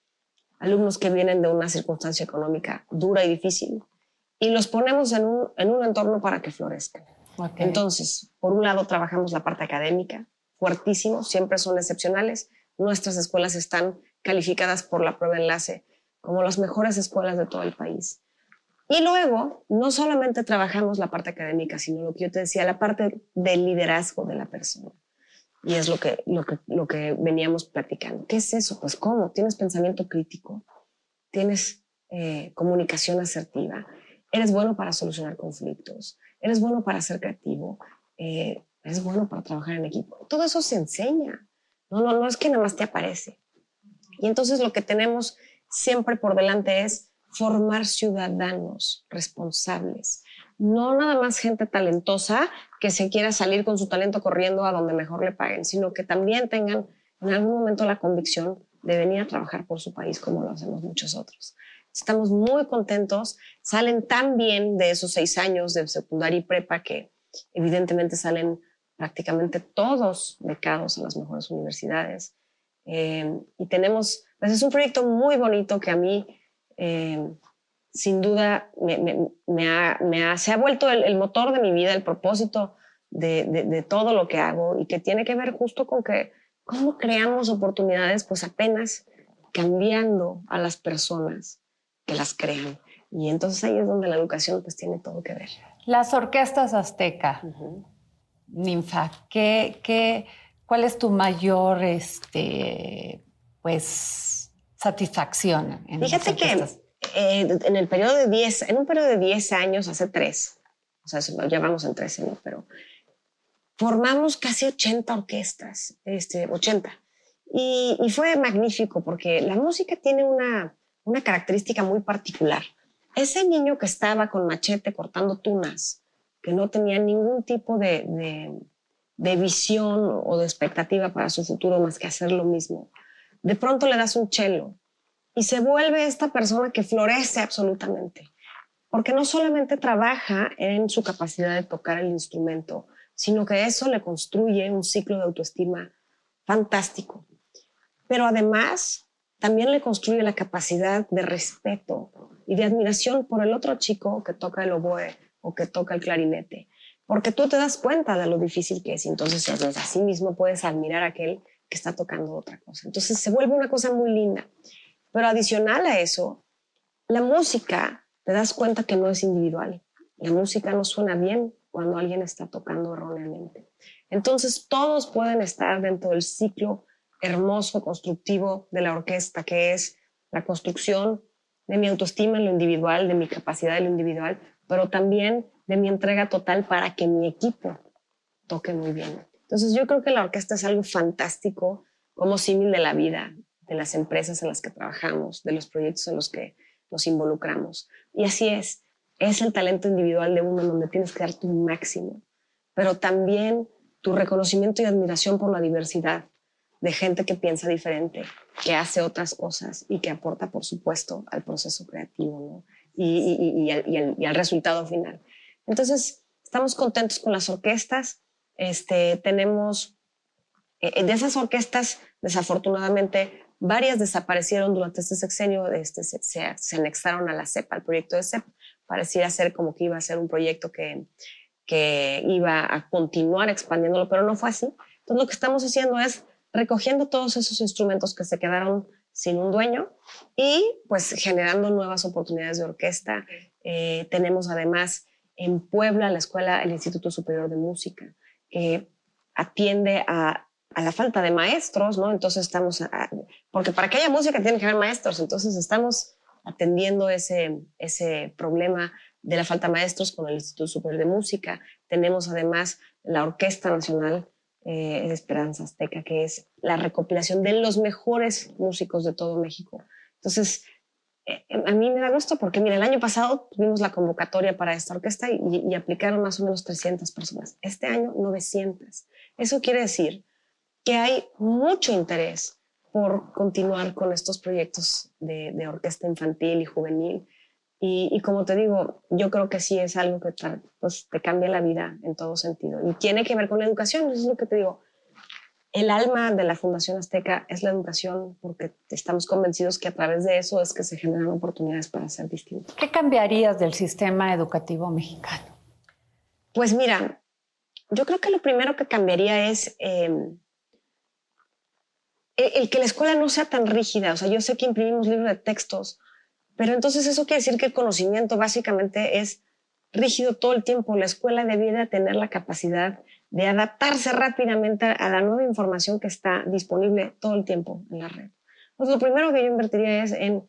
Alumnos que vienen de una circunstancia económica dura y difícil y los ponemos en un, en un entorno para que florezcan. Okay. Entonces, por un lado trabajamos la parte académica, fuertísimo, siempre son excepcionales. Nuestras escuelas están calificadas por la prueba enlace como las mejores escuelas de todo el país. Y luego, no solamente trabajamos la parte académica, sino lo que yo te decía, la parte del liderazgo de la persona. Y es lo que, lo que, lo que veníamos platicando. ¿Qué es eso? Pues, ¿cómo? ¿Tienes pensamiento crítico? ¿Tienes eh, comunicación asertiva? ¿Eres bueno para solucionar conflictos? ¿Eres bueno para ser creativo? Eh, ¿Eres bueno para trabajar en equipo? Todo eso se enseña. No, no, no es que nada más te aparece. Y entonces lo que tenemos siempre por delante es formar ciudadanos responsables. No nada más gente talentosa que se quiera salir con su talento corriendo a donde mejor le paguen, sino que también tengan en algún momento la convicción de venir a trabajar por su país como lo hacemos muchos otros. Estamos muy contentos. Salen tan bien de esos seis años de secundaria y prepa que evidentemente salen prácticamente todos becados a las mejores universidades. Eh, y tenemos, pues es un proyecto muy bonito que a mí, eh, sin duda, me, me, me ha, me ha, se ha vuelto el, el motor de mi vida, el propósito de, de, de todo lo que hago, y que tiene que ver justo con que cómo creamos oportunidades, pues apenas cambiando a las personas que las crean. Y entonces ahí es donde la educación pues tiene todo que ver. Las orquestas azteca, uh-huh. Ninfa, ¿qué, qué, ¿cuál es tu mayor este, pues, satisfacción? En Fíjate que eh, en el periodo de diez, en un periodo de diez años, hace tres, o sea, ya vamos en trece, ¿no? Pero formamos casi ochenta orquestas, este, ochenta. Y, y fue magnífico porque la música tiene una, una característica muy particular. Ese niño que estaba con machete cortando tunas, que no tenía ningún tipo de, de, de visión o de expectativa para su futuro más que hacer lo mismo, de pronto le das un cello y se vuelve esta persona que florece absolutamente, porque no solamente trabaja en su capacidad de tocar el instrumento, sino que eso le construye un ciclo de autoestima fantástico. Pero además también le construye la capacidad de respeto y de admiración por el otro chico que toca el oboe o que toca el clarinete, porque tú te das cuenta de lo difícil que es y entonces así mismo puedes admirar a aquel que está tocando otra cosa. Entonces se vuelve una cosa muy linda. Pero adicional a eso, la música, te das cuenta que no es individual. La música no suena bien cuando alguien está tocando erróneamente. Entonces todos pueden estar dentro del ciclo hermoso, constructivo de la orquesta, que es la construcción de mi autoestima en lo individual, de mi capacidad en lo individual, pero también de mi entrega total para que mi equipo toque muy bien. Entonces yo creo que la orquesta es algo fantástico, como símil de la vida, de las empresas en las que trabajamos, de los proyectos en los que nos involucramos. Y así es, es el talento individual de uno en donde tienes que dar tu máximo, pero también tu reconocimiento y admiración por la diversidad de gente que piensa diferente, que hace otras cosas y que aporta, por supuesto, al proceso creativo, ¿no? y, y, y, al, y, al, y al resultado final. Entonces, estamos contentos con las orquestas. Este, tenemos, eh, de esas orquestas, desafortunadamente, varias desaparecieron durante este sexenio, este, se, se, se anexaron a la C E P, al proyecto de C E P. Pareciera ser como que iba a ser un proyecto que, que iba a continuar expandiéndolo, pero no fue así. Entonces, lo que estamos haciendo es recogiendo todos esos instrumentos que se quedaron sin un dueño y pues generando nuevas oportunidades de orquesta. Eh, tenemos además en Puebla la escuela, el Instituto Superior de Música, que atiende a, a la falta de maestros, ¿no? Entonces estamos, a, porque para que haya música tiene que haber maestros, entonces estamos atendiendo ese, ese problema de la falta de maestros con el Instituto Superior de Música. Tenemos además la Orquesta Nacional Eh, Esperanza Azteca, que es la recopilación de los mejores músicos de todo México. Entonces, eh, a mí me da gusto porque, mira, el año pasado tuvimos la convocatoria para esta orquesta y, y aplicaron más o menos trescientas personas. Este año, novecientas. Eso quiere decir que hay mucho interés por continuar con estos proyectos de, de orquesta infantil y juvenil. Y, y como te digo, yo creo que sí es algo que pues, te cambia la vida en todo sentido. Y tiene que ver con la educación, eso es lo que te digo. El alma de la Fundación Azteca es la educación, porque estamos convencidos que a través de eso es que se generan oportunidades para ser distintos. ¿Qué cambiarías del sistema educativo mexicano? Pues mira, yo creo que lo primero que cambiaría es eh, el, el que la escuela no sea tan rígida. O sea, yo sé que imprimimos libros de textos, Pero entonces eso quiere decir que el conocimiento básicamente es rígido todo el tiempo. La escuela debiera tener la capacidad de adaptarse rápidamente a la nueva información que está disponible todo el tiempo en la red. Pues lo primero que yo invertiría es en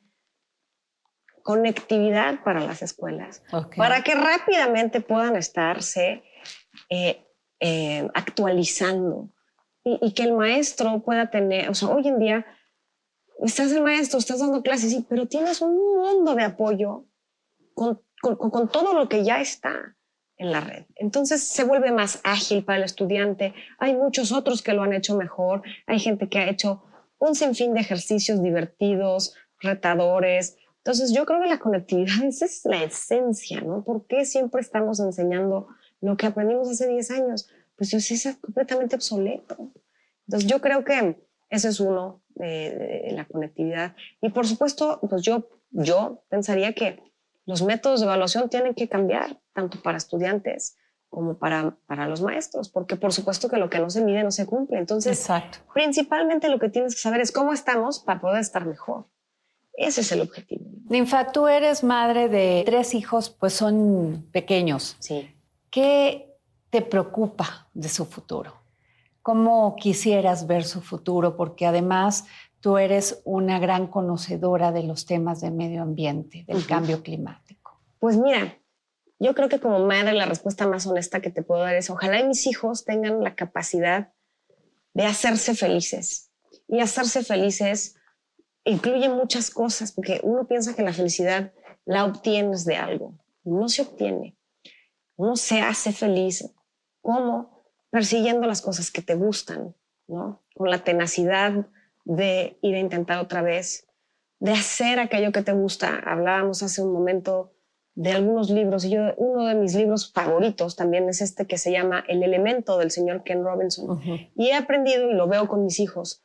conectividad para las escuelas, okay, para que rápidamente puedan estarse eh, eh, actualizando y, y que el maestro pueda tener, o sea, hoy en día estás el maestro, estás dando clases, sí, pero tienes un mundo de apoyo con, con, con todo lo que ya está en la red. Entonces se vuelve más ágil para el estudiante. Hay muchos otros que lo han hecho mejor. Hay gente que ha hecho un sinfín de ejercicios divertidos, retadores. Entonces yo creo que la conectividad, esa es la esencia, ¿no? ¿Por qué siempre estamos enseñando lo que aprendimos hace diez años? Pues eso es completamente obsoleto. Entonces yo creo que ese es uno de, de la conectividad. Y por supuesto, pues yo, yo pensaría que los métodos de evaluación tienen que cambiar, tanto para estudiantes como para, para los maestros, porque por supuesto que lo que no se mide no se cumple. Entonces, exacto, principalmente lo que tienes que saber es cómo estamos para poder estar mejor. Ese es el objetivo. Ninfa, tú eres madre de tres hijos, pues son pequeños. Sí. ¿Qué te preocupa de su futuro? ¿Cómo quisieras ver su futuro? Porque además tú eres una gran conocedora de los temas de medio ambiente, del uh-huh. cambio climático. Pues mira, yo creo que como madre la respuesta más honesta que te puedo dar es ojalá mis hijos tengan la capacidad de hacerse felices. Y hacerse felices incluye muchas cosas, porque uno piensa que la felicidad la obtienes de algo. No se obtiene. Uno se hace feliz. ¿Cómo? Persiguiendo las cosas que te gustan, ¿no? Con la tenacidad de ir a intentar otra vez, de hacer aquello que te gusta. Hablábamos hace un momento de algunos libros, y yo, uno de mis libros favoritos también es este que se llama El Elemento, del señor Ken Robinson. Uh-huh. Y he aprendido, y lo veo con mis hijos,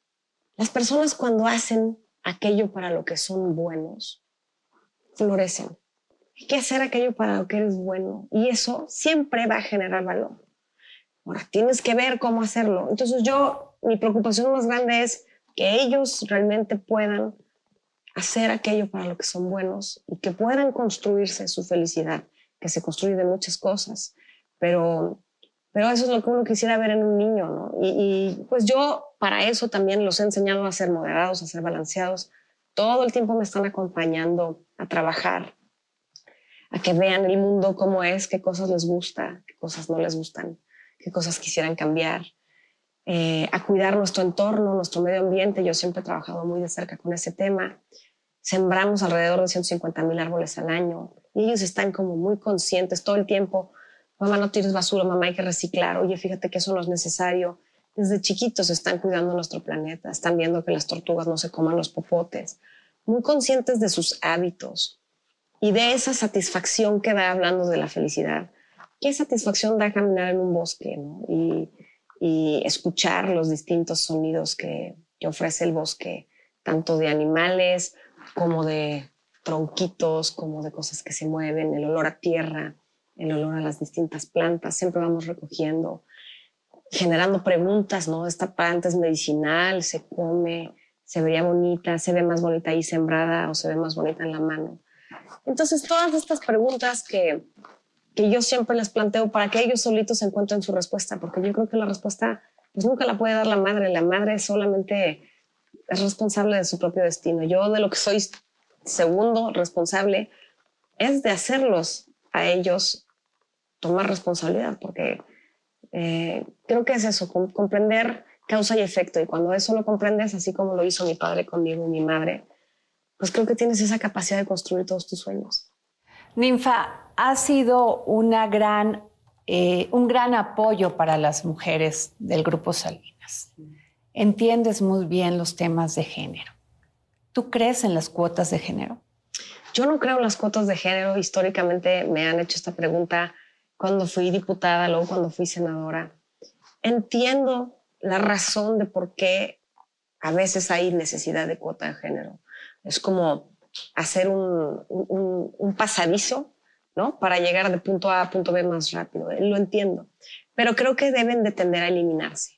las personas cuando hacen aquello para lo que son buenos, florecen. Hay que hacer aquello para lo que eres bueno, y eso siempre va a generar valor. Ahora, tienes que ver cómo hacerlo. Entonces yo, mi preocupación más grande es que ellos realmente puedan hacer aquello para lo que son buenos y que puedan construirse su felicidad, que se construye de muchas cosas. Pero, pero eso es lo que uno quisiera ver en un niño, ¿no? Y, y pues yo para eso también los he enseñado a ser moderados, a ser balanceados. Todo el tiempo me están acompañando a trabajar, a que vean el mundo cómo es, qué cosas les gusta, qué cosas no les gustan, qué cosas quisieran cambiar, eh, a cuidar nuestro entorno, nuestro medio ambiente. Yo siempre he trabajado muy de cerca con ese tema. Sembramos alrededor de ciento cincuenta mil árboles al año y ellos están como muy conscientes todo el tiempo. Mamá, no tires basura, mamá, hay que reciclar. Oye, fíjate que eso no es necesario. Desde chiquitos están cuidando nuestro planeta, están viendo que las tortugas no se coman los popotes, muy conscientes de sus hábitos y de esa satisfacción que da, hablando de la felicidad. ¿Qué satisfacción da caminar en un bosque, ¿no? y, y escuchar los distintos sonidos que, que ofrece el bosque, tanto de animales como de tronquitos, como de cosas que se mueven, el olor a tierra, el olor a las distintas plantas? Siempre vamos recogiendo, generando preguntas, ¿no? Esta planta es medicinal, se come, se vería bonita, se ve más bonita ahí sembrada o se ve más bonita en la mano. Entonces, todas estas preguntas que, que yo siempre les planteo para que ellos solitos encuentren su respuesta, porque yo creo que la respuesta pues nunca la puede dar la madre. La madre solamente es responsable de su propio destino. Yo de lo que soy segundo responsable es de hacerlos a ellos tomar responsabilidad, porque eh, creo que es eso, com- comprender causa y efecto, y cuando eso lo comprendes, así como lo hizo mi padre conmigo y mi madre, pues creo que tienes esa capacidad de construir todos tus sueños. Ninfa, ha sido una gran, eh, un gran apoyo para las mujeres del Grupo Salinas. Entiendes muy bien los temas de género. ¿Tú crees en las cuotas de género? Yo no creo en las cuotas de género. Históricamente me han hecho esta pregunta cuando fui diputada, luego cuando fui senadora. Entiendo la razón de por qué a veces hay necesidad de cuota de género. Es como hacer un, un, un pasadizo, ¿no? Para llegar de punto A a punto B más rápido. Lo entiendo. Pero creo que deben de tender a eliminarse.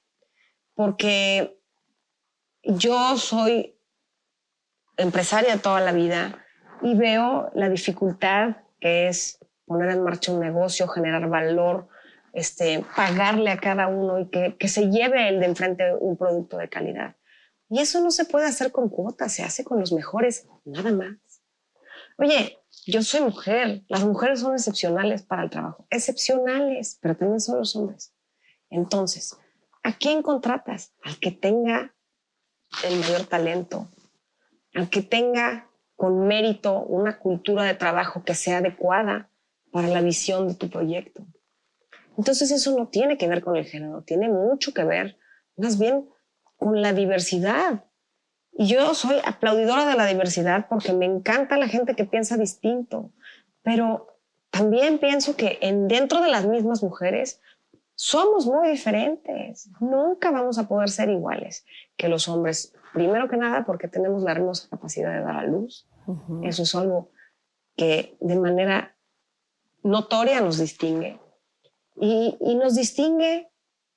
Porque yo soy empresaria toda la vida y veo la dificultad que es poner en marcha un negocio, generar valor, este, pagarle a cada uno y que, que se lleve el de enfrente un producto de calidad. Y eso no se puede hacer con cuotas, se hace con los mejores, nada más. Oye, yo soy mujer, las mujeres son excepcionales para el trabajo, excepcionales, pero también son los hombres. Entonces, ¿a quién contratas? Al que tenga el mayor talento, al que tenga con mérito una cultura de trabajo que sea adecuada para la visión de tu proyecto. Entonces eso no tiene que ver con el género, tiene mucho que ver más bien con la diversidad. Y yo soy aplaudidora de la diversidad porque me encanta la gente que piensa distinto, pero también pienso que en, dentro de las mismas mujeres somos muy diferentes. Nunca vamos a poder ser iguales que los hombres. Primero que nada porque tenemos la hermosa capacidad de dar a luz. Uh-huh. Eso es algo que de manera notoria nos distingue. Y, y nos distingue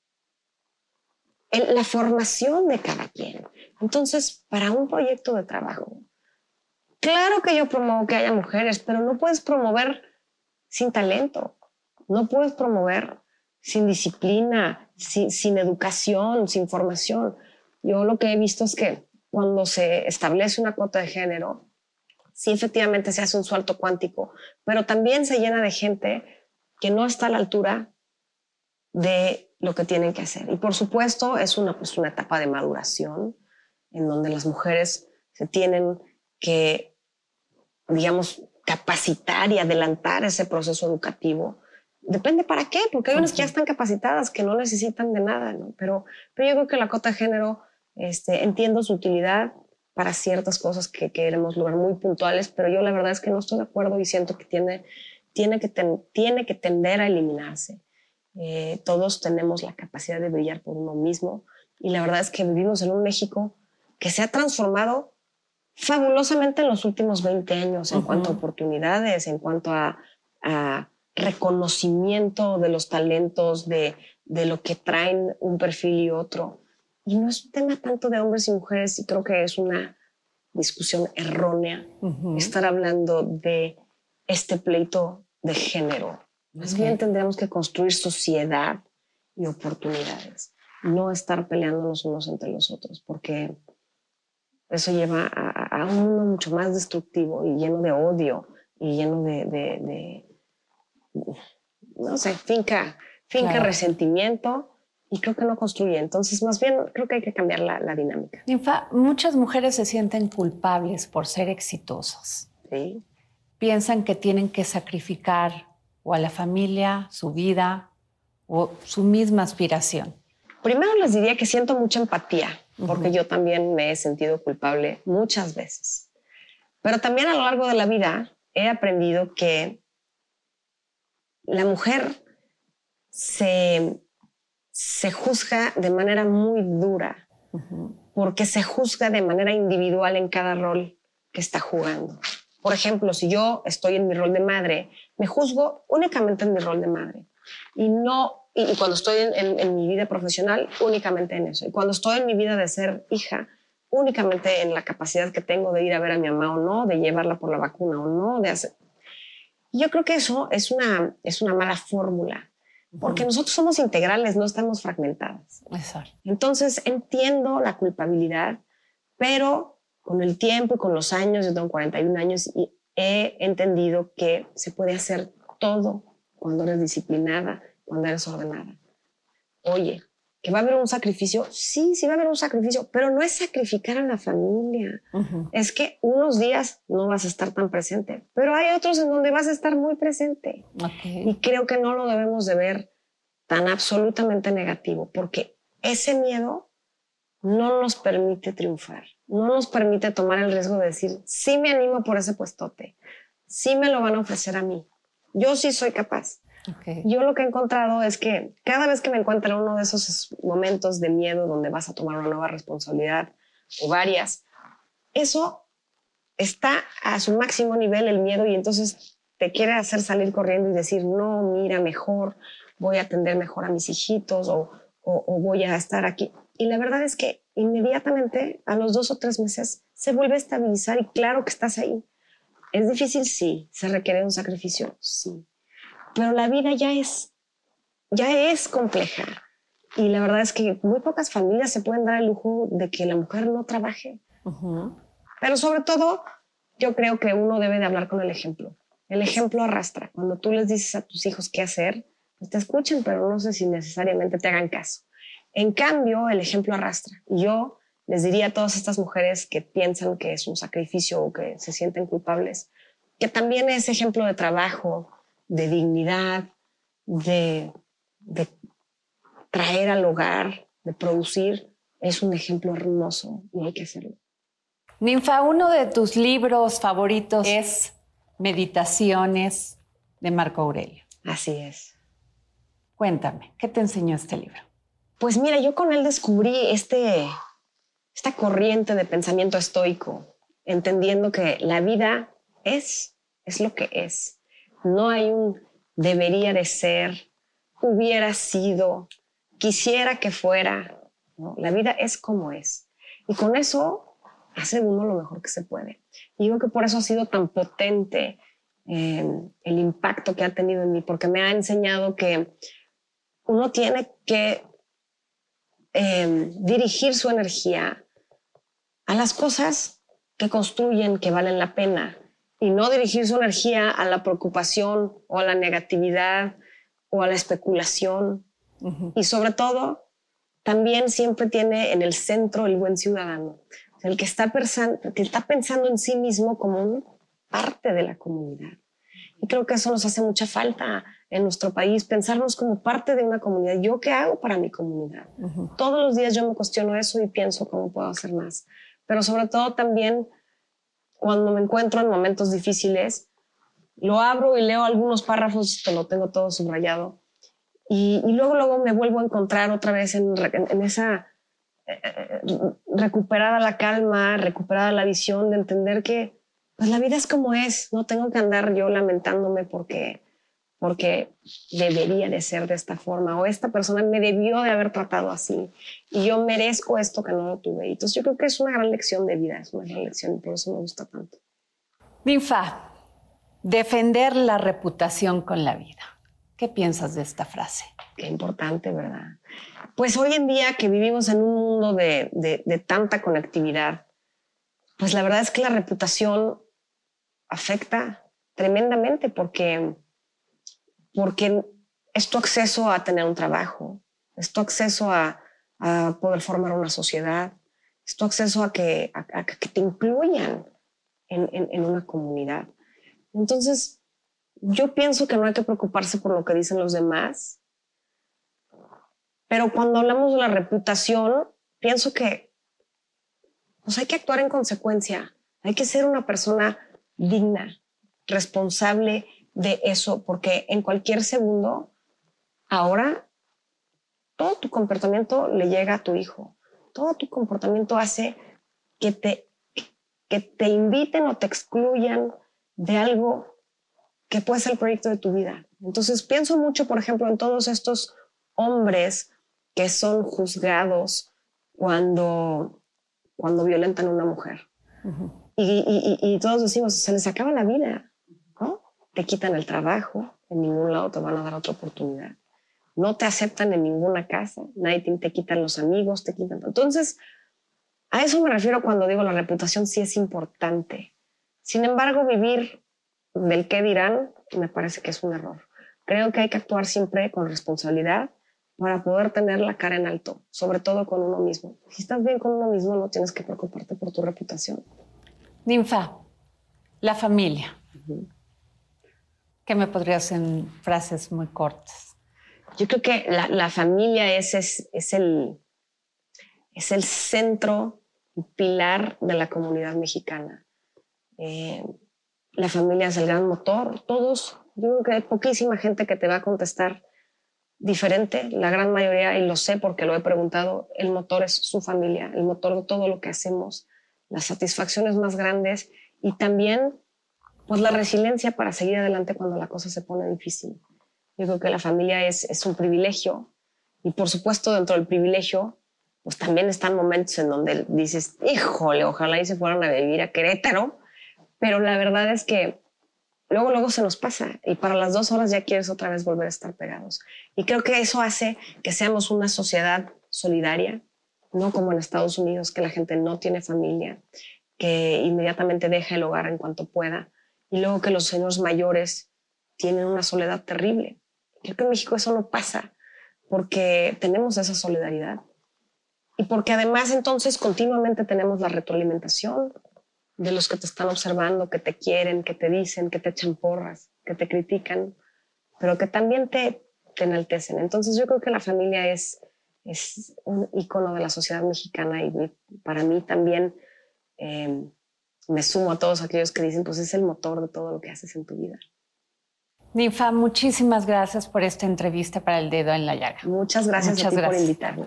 en la formación de cada quien. Entonces, para un proyecto de trabajo, claro que yo promuevo que haya mujeres, pero no puedes promover sin talento, no puedes promover sin disciplina, sin, sin educación, sin formación. Yo lo que he visto es que cuando se establece una cuota de género, sí efectivamente se hace un salto cuántico, pero también se llena de gente que no está a la altura de lo que tienen que hacer. Y por supuesto es una, pues una etapa de maduración en donde las mujeres se tienen que, digamos, capacitar y adelantar ese proceso educativo. Depende para qué, porque hay unas que ya están capacitadas, que no necesitan de nada, ¿no? Pero, pero yo creo que la cuota de género, este, entiendo su utilidad para ciertas cosas que queremos lograr muy puntuales, pero yo la verdad es que no estoy de acuerdo y siento que tiene, tiene, que, ten, tiene que tender a eliminarse. Eh, todos tenemos la capacidad de brillar por uno mismo y la verdad es que vivimos en un México que se ha transformado fabulosamente en los últimos veinte años en uh-huh. cuanto a oportunidades, en cuanto a, a reconocimiento de los talentos, de, de lo que traen un perfil y otro. Y no es un tema tanto de hombres y mujeres, y creo que es una discusión errónea uh-huh. estar hablando de este pleito de género. Más okay. bien tendríamos que construir sociedad y oportunidades, no estar peleándonos unos entre los otros, porque eso lleva a, a un mundo mucho más destructivo y lleno de odio y lleno de, de, de no sé, finca, finca claro. resentimiento y creo que no construye. Entonces, más bien, creo que hay que cambiar la, la dinámica. Ninfa, muchas mujeres se sienten culpables por ser exitosas. Sí. Piensan que tienen que sacrificar o a la familia, su vida o su misma aspiración. Primero les diría que siento mucha empatía, porque uh-huh. yo también me he sentido culpable muchas veces. Pero también a lo largo de la vida he aprendido que la mujer se, se juzga de manera muy dura, uh-huh. porque se juzga de manera individual en cada rol que está jugando. Por ejemplo, si yo estoy en mi rol de madre, me juzgo únicamente en mi rol de madre. Y, no, y, y cuando estoy en, en, en mi vida profesional, únicamente en eso. Y cuando estoy en mi vida de ser hija, únicamente en la capacidad que tengo de ir a ver a mi mamá o no, de llevarla por la vacuna o no, de hacer... Yo creo que eso es una, es una mala fórmula, porque uh-huh. nosotros somos integrales, no estamos fragmentadas. Exacto. Entonces entiendo la culpabilidad, pero con el tiempo y con los años, yo tengo cuarenta y un años y he entendido que se puede hacer todo cuando eres disciplinada, cuando eres ordenada. Oye, ¿que va a haber un sacrificio? Sí, sí va a haber un sacrificio, pero no es sacrificar a la familia. Uh-huh. Es que unos días no vas a estar tan presente, pero hay otros en donde vas a estar muy presente. Okay. Y creo que no lo debemos de ver tan absolutamente negativo, porque ese miedo no nos permite triunfar, no nos permite tomar el riesgo de decir, sí me animo por ese puestote, sí me lo van a ofrecer a mí, yo sí soy capaz. Okay. Yo lo que he encontrado es que cada vez que me encuentro en uno de esos momentos de miedo donde vas a tomar una nueva responsabilidad o varias, eso está a su máximo nivel, el miedo, y entonces te quiere hacer salir corriendo y decir, no, mira, mejor voy a atender mejor a mis hijitos o, o, o voy a estar aquí. Y la verdad es que inmediatamente, a los dos o tres meses, se vuelve a estabilizar y claro que estás ahí. ¿Es difícil? Sí. ¿Se requiere un sacrificio? Sí. Pero la vida ya es, ya es compleja. Y la verdad es que muy pocas familias se pueden dar el lujo de que la mujer no trabaje. Uh-huh. Pero sobre todo, yo creo que uno debe de hablar con el ejemplo. El ejemplo arrastra. Cuando tú les dices a tus hijos qué hacer, pues te escuchan, pero no sé si necesariamente te hagan caso. En cambio, el ejemplo arrastra. Y yo les diría a todas estas mujeres que piensan que es un sacrificio o que se sienten culpables, que también es ejemplo de trabajo, de dignidad, de, de traer al hogar, de producir. Es un ejemplo hermoso y hay que hacerlo. Ninfa, uno de tus libros favoritos es Meditaciones de Marco Aurelio. Así es. Cuéntame, ¿qué te enseñó este libro? Pues mira, yo con él descubrí este, esta corriente de pensamiento estoico, entendiendo que la vida es, es lo que es. No hay un debería de ser, hubiera sido, quisiera que fuera. ¿No? La vida es como es. Y con eso hace uno lo mejor que se puede. Y digo que por eso ha sido tan potente eh, el impacto que ha tenido en mí, porque me ha enseñado que uno tiene que eh, dirigir su energía a las cosas que construyen, que valen la pena, y no dirigir su energía a la preocupación o a la negatividad o a la especulación. Uh-huh. Y sobre todo, también siempre tiene en el centro el buen ciudadano, el que está, pensando, que está pensando en sí mismo como una parte de la comunidad. Y creo que eso nos hace mucha falta en nuestro país, pensarnos como parte de una comunidad. ¿Yo qué hago para mi comunidad? Uh-huh. Todos los días yo me cuestiono eso y pienso cómo puedo hacer más. Pero sobre todo también cuando me encuentro en momentos difíciles, lo abro y leo algunos párrafos, que lo tengo todo subrayado, y, y luego, luego me vuelvo a encontrar otra vez en, en, en esa eh, recuperada la calma, recuperada la visión de entender que pues, la vida es como es. No tengo que andar yo lamentándome porque, porque debería de ser de esta forma, o esta persona me debió de haber tratado así y yo merezco esto que no lo tuve. Entonces yo creo que es una gran lección de vida, es una gran lección y por eso me gusta tanto. Ninfa, defender la reputación con la vida. ¿Qué piensas de esta frase? Qué importante, ¿verdad? Pues hoy en día que vivimos en un mundo de, de, de tanta conectividad, pues la verdad es que la reputación afecta tremendamente porque, porque es tu acceso a tener un trabajo, es tu acceso a, a poder formar una sociedad, es tu acceso a que, a, a que te incluyan en, en, en una comunidad. Entonces, yo pienso que no hay que preocuparse por lo que dicen los demás, pero cuando hablamos de la reputación, pienso que pues hay que actuar en consecuencia, hay que ser una persona digna, responsable de eso, porque en cualquier segundo, ahora, todo tu comportamiento le llega a tu hijo, todo tu comportamiento hace que te, que te inviten o te excluyan de algo que puede ser el proyecto de tu vida. Entonces pienso mucho, por ejemplo, en todos estos hombres que son juzgados cuando, cuando violentan a una mujer. Uh-huh. y, y, y todos decimos, se les acaba la vida, ¿no? Te quitan el trabajo, en ningún lado te van a dar otra oportunidad. No te aceptan en ninguna casa, nadie te, te quitan los amigos, te quitan... Entonces, a eso me refiero cuando digo la reputación sí es importante. Sin embargo, vivir del qué dirán, me parece que es un error. Creo que hay que actuar siempre con responsabilidad para poder tener la cara en alto, sobre todo con uno mismo. Si estás bien con uno mismo, no tienes que preocuparte por tu reputación. Ninfa, la familia. Uh-huh. ¿Qué me podrías decir en frases muy cortas? Yo creo que la, la familia es, es, es, el, es el centro y pilar de la comunidad mexicana. Eh, La familia es el gran motor. Todos, yo creo que hay poquísima gente que te va a contestar diferente. La gran mayoría, y lo sé porque lo he preguntado, el motor es su familia, el motor de todo lo que hacemos, las satisfacciones más grandes y también pues, la resiliencia para seguir adelante cuando la cosa se pone difícil. Yo creo que la familia es, es un privilegio y por supuesto dentro del privilegio pues también están momentos en donde dices, híjole, ojalá y se fueran a vivir a Querétaro. pero la verdad es que luego, luego se nos pasa y para las dos horas ya quieres otra vez volver a estar pegados. Y creo que eso hace que seamos una sociedad solidaria, no como en Estados Unidos, que la gente no tiene familia, que inmediatamente deja el hogar en cuanto pueda, y luego que los señores mayores tienen una soledad terrible. Creo que en México eso no pasa porque tenemos esa solidaridad y porque además entonces continuamente tenemos la retroalimentación de los que te están observando, que te quieren, que te dicen, que te echan porras, que te critican, pero que también te, te enaltecen. Entonces yo creo que la familia es, es un icono de la sociedad mexicana y para mí también eh, me sumo a todos aquellos que dicen, pues es el motor de todo lo que haces en tu vida. Ninfa, muchísimas gracias por esta entrevista para El Dedo en la Llaga. Muchas gracias Muchas a ti gracias. por invitarme.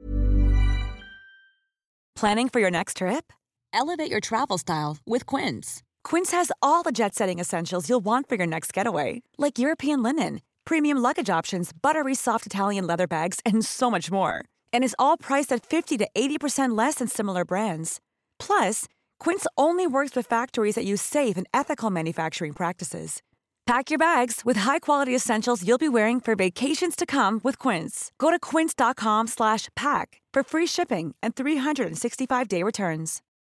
Planning for your next trip? Elevate your travel style with Quince. Quince has all the jet-setting essentials you'll want for your next getaway, like European linen, premium luggage options, buttery soft Italian leather bags, and so much more. And is all priced at fifty to eighty percent less than similar brands. Plus, Quince only works with factories that use safe and ethical manufacturing practices. Pack your bags with high-quality essentials you'll be wearing for vacations to come with Quince. Go to quince.com slash pack for free shipping and three sixty-five day returns.